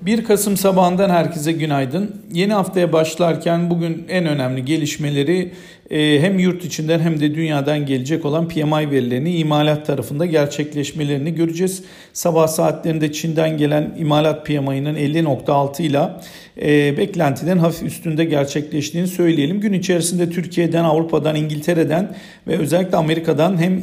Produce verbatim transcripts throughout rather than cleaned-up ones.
bir Kasım sabahından herkese günaydın. Yeni haftaya başlarken bugün en önemli gelişmeleri hem yurt içinden hem de dünyadan gelecek olan P M I verilerini imalat tarafında gerçekleşmelerini göreceğiz. Sabah saatlerinde Çin'den gelen imalat P M I'nin elli nokta altı ile beklentilerin hafif üstünde gerçekleştiğini söyleyelim. Gün içerisinde Türkiye'den, Avrupa'dan, İngiltere'den ve özellikle Amerika'dan hem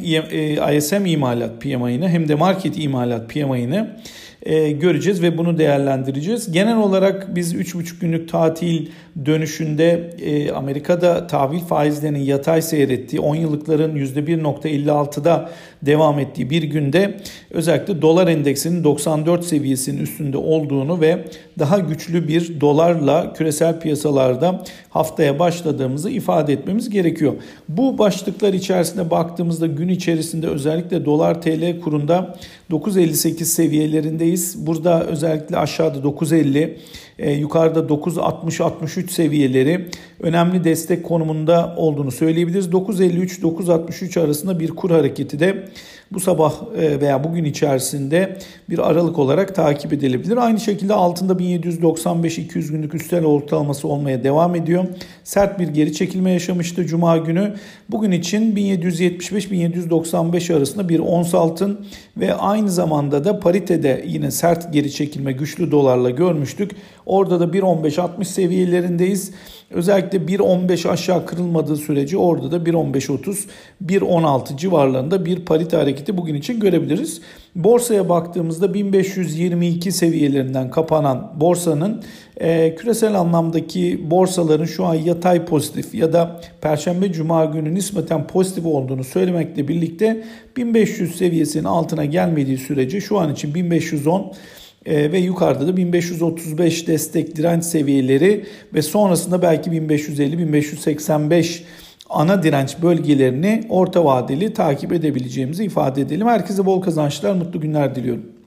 I S M imalat P M I'ni hem de market imalat P M I'ni E, göreceğiz ve bunu değerlendireceğiz. Genel olarak biz üç buçuk günlük tatil dönüşünde e, Amerika'da tahvil faizlerinin yatay seyrettiği, on yıllıkların yüzde bir nokta elli altıda devam ettiği bir günde özellikle dolar endeksinin doksan dört seviyesinin üstünde olduğunu ve daha güçlü bir dolarla küresel piyasalarda haftaya başladığımızı ifade etmemiz gerekiyor. Bu başlıklar içerisinde baktığımızda gün içerisinde özellikle dolar T L kurunda dokuz elli sekiz seviyelerindeyiz. Burada özellikle aşağıda dokuz elli, e, yukarıda dokuz altmış altmış üç seviyeleri önemli destek konumunda olduğunu söyleyebiliriz. dokuz elli üç dokuz altmış üç arasında bir kur hareketi de bu sabah veya bugün içerisinde bir aralık olarak takip edilebilir. Aynı şekilde altında bin yedi yüz doksan beş iki yüz günlük üstel ortalaması olmaya devam ediyor. Sert bir geri çekilme yaşamıştı Cuma günü. Bugün için bin yedi yüz yetmiş beş bin yedi yüz doksan beş arasında bir ons altın ve aynı zamanda da paritede yine sert geri çekilme güçlü dolarla görmüştük. Orada da bir on beş altmış seviyelerindeyiz. Özellikle bir on beş aşağı kırılmadığı sürece orada da bir on beş otuz bir on altı civarlarında bir parite hareketi bugün için görebiliriz. Borsaya baktığımızda bin beş yüz yirmi iki seviyelerinden kapanan borsanın e, küresel anlamdaki borsaların şu an yatay pozitif ya da Perşembe Cuma günü nispeten pozitif olduğunu söylemekle birlikte bin beş yüz seviyesinin altına gelmediği sürece şu an için bin beş yüz on Ee, ve yukarıda da bin beş yüz otuz beş destek direnç seviyeleri ve sonrasında belki bin beş yüz elli bin beş yüz seksen beş ana direnç bölgelerini orta vadeli takip edebileceğimizi ifade edelim. Herkese bol kazançlar, mutlu günler diliyorum.